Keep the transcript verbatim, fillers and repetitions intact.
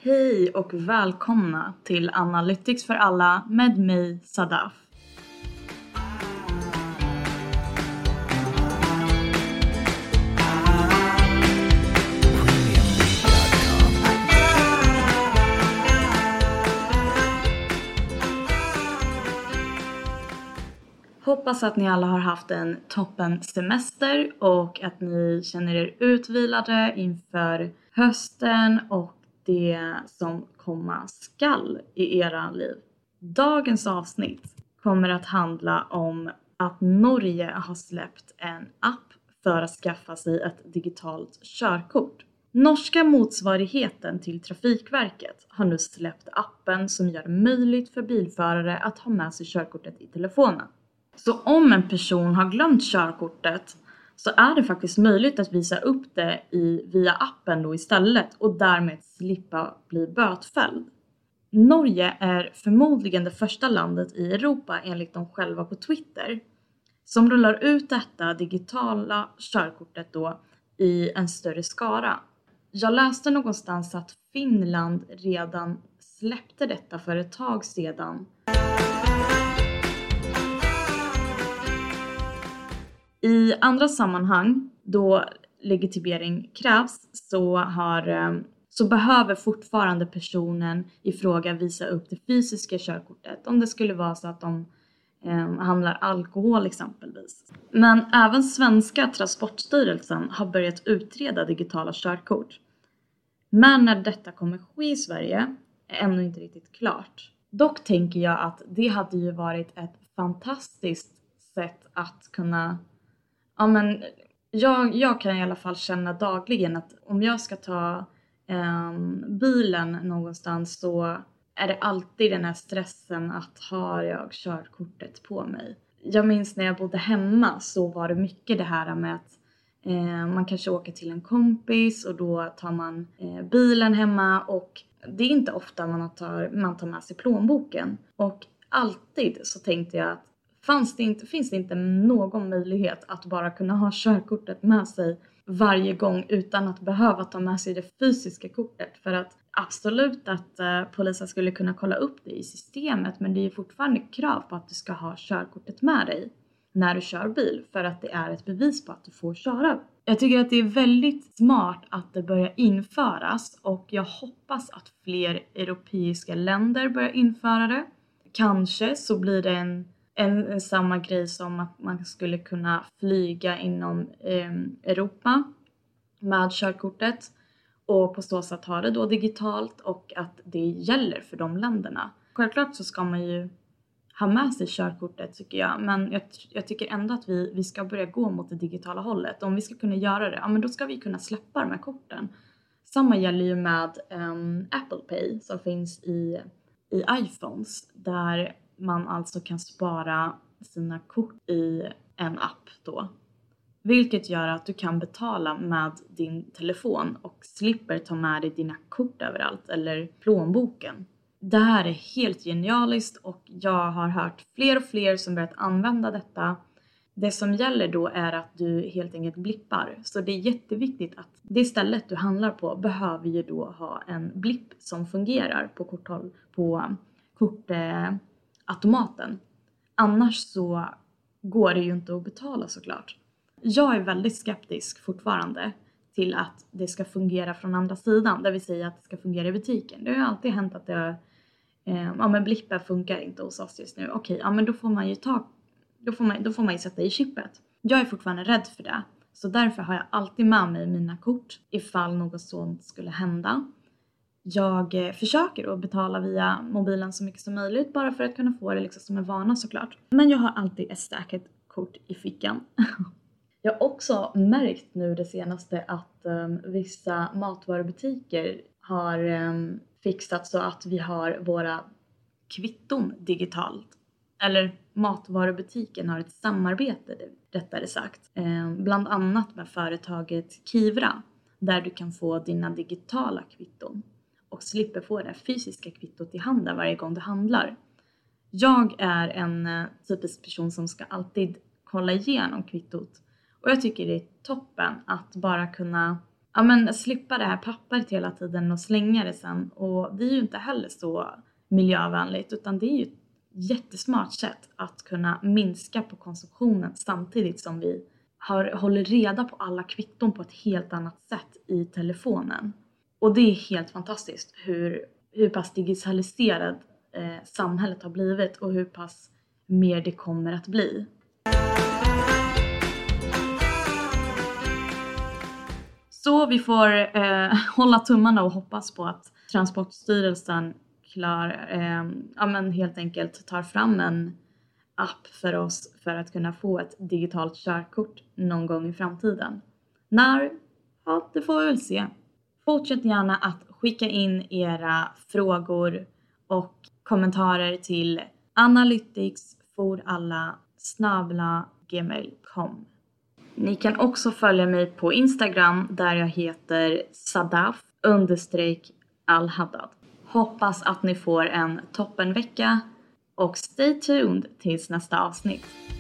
Hej och välkomna till Analytics för alla med mig, Sadaf. Hoppas att ni alla har haft en toppen semester och att ni känner er utvilade inför hösten och det som komma skall i era liv. Dagens avsnitt kommer att handla om att Norge har släppt en app för att skaffa sig ett digitalt körkort. Norska motsvarigheten till Trafikverket har nu släppt appen som gör det möjligt för bilförare att ha med sig körkortet i telefonen. Så om en person har glömt körkortet så är det faktiskt möjligt att visa upp det i, via appen då istället och därmed slippa bli bötfälld. Norge är förmodligen det första landet i Europa enligt dem själva på Twitter som rullar ut detta digitala körkortet då i en större skara. Jag läste någonstans att Finland redan släppte detta för ett tag sedan. I andra sammanhang då legitimering krävs så, har, så behöver fortfarande personen i fråga visa upp det fysiska körkortet. Om det skulle vara så att de eh, handlar alkohol exempelvis. Men även svenska Transportstyrelsen har börjat utreda digitala körkort. Men när detta kommer ske i Sverige är ännu inte riktigt klart. Dock tänker jag att det hade ju varit ett fantastiskt sätt att kunna... Ja, men jag, jag kan i alla fall känna dagligen att om jag ska ta eh, bilen någonstans så är det alltid den här stressen att har jag körkortet på mig. Jag minns när jag bodde hemma så var det mycket det här med att eh, man kanske åker till en kompis och då tar man eh, bilen hemma och det är inte ofta man tar, man tar med sig plånboken. Och alltid så tänkte jag att Fanns det inte, finns det inte någon möjlighet att bara kunna ha körkortet med sig varje gång utan att behöva ta med sig det fysiska kortet? För att absolut att eh, polisen skulle kunna kolla upp det i systemet, men det är ju fortfarande krav på att du ska ha körkortet med dig när du kör bil för att det är ett bevis på att du får köra. Jag tycker att det är väldigt smart att det börjar införas och jag hoppas att fler europeiska länder börjar införa det. Kanske så blir det en En, en samma grej som att man skulle kunna flyga inom eh, Europa med körkortet. Och på så sätt ha det då digitalt och att det gäller för de länderna. Självklart så ska man ju ha med sig körkortet tycker jag. Men jag, jag tycker ändå att vi, vi ska börja gå mot det digitala hållet. Om vi ska kunna göra det, ja men då ska vi kunna släppa de här korten. Samma gäller ju med um, Apple Pay som finns i, i iPhones där man alltså kan spara sina kort i en app då. Vilket gör att du kan betala med din telefon och slipper ta med dig dina kort överallt eller plånboken. Det här är helt genialiskt och jag har hört fler och fler som börjat använda detta. Det som gäller då är att du helt enkelt blippar. Så det är jätteviktigt att det stället du handlar på behöver ju då ha en blipp som fungerar på korthåll på kort... automaten. Annars så går det ju inte att betala såklart. Jag är väldigt skeptisk fortfarande till att det ska fungera från andra sidan. Det vill säga att det ska fungera i butiken. Det har ju alltid hänt att det, eh, ja men blippar funkar inte hos oss just nu. Okej, ja men då får man ju ta, då får man, då får man ju sätta i chippet. Jag är fortfarande rädd för det. Så därför har jag alltid med mig mina kort ifall något sånt skulle hända. Jag försöker att betala via mobilen så mycket som möjligt bara för att kunna få det liksom som en vana såklart. Men jag har alltid ett säkert kort i fickan. Jag har också märkt nu det senaste att um, vissa matvarubutiker har um, fixat så att vi har våra kvitton digitalt. Eller matvarubutiken har ett samarbete, rättare sagt. Um, bland annat med företaget Kivra där du kan få dina digitala kvitton. Och slipper få det fysiska kvittot i handen varje gång du handlar. Jag är en typisk person som ska alltid kolla igenom kvittot. Och jag tycker det är toppen att bara kunna ja, men slippa det här pappret hela tiden och slänga det sen. Och det är ju inte heller så miljövänligt, utan det är ju ett jättesmart sätt att kunna minska på konsumtionen samtidigt som vi har, håller reda på alla kvitton på ett helt annat sätt i telefonen. Och det är helt fantastiskt hur, hur pass digitaliserad eh, samhället har blivit och hur pass mer det kommer att bli. Så vi får eh, hålla tummarna och hoppas på att Transportstyrelsen klar, eh, ja, men helt enkelt tar fram en app för oss för att kunna få ett digitalt körkort någon gång i framtiden. När? Ja, det får vi väl se. Fortsätt gärna att skicka in era frågor och kommentarer till analyticsforalla snabel-a gmail punkt com. Ni kan också följa mig på Instagram där jag heter sadaf understreck al-haddad. Hoppas att ni får en toppenvecka och stay tuned tills nästa avsnitt.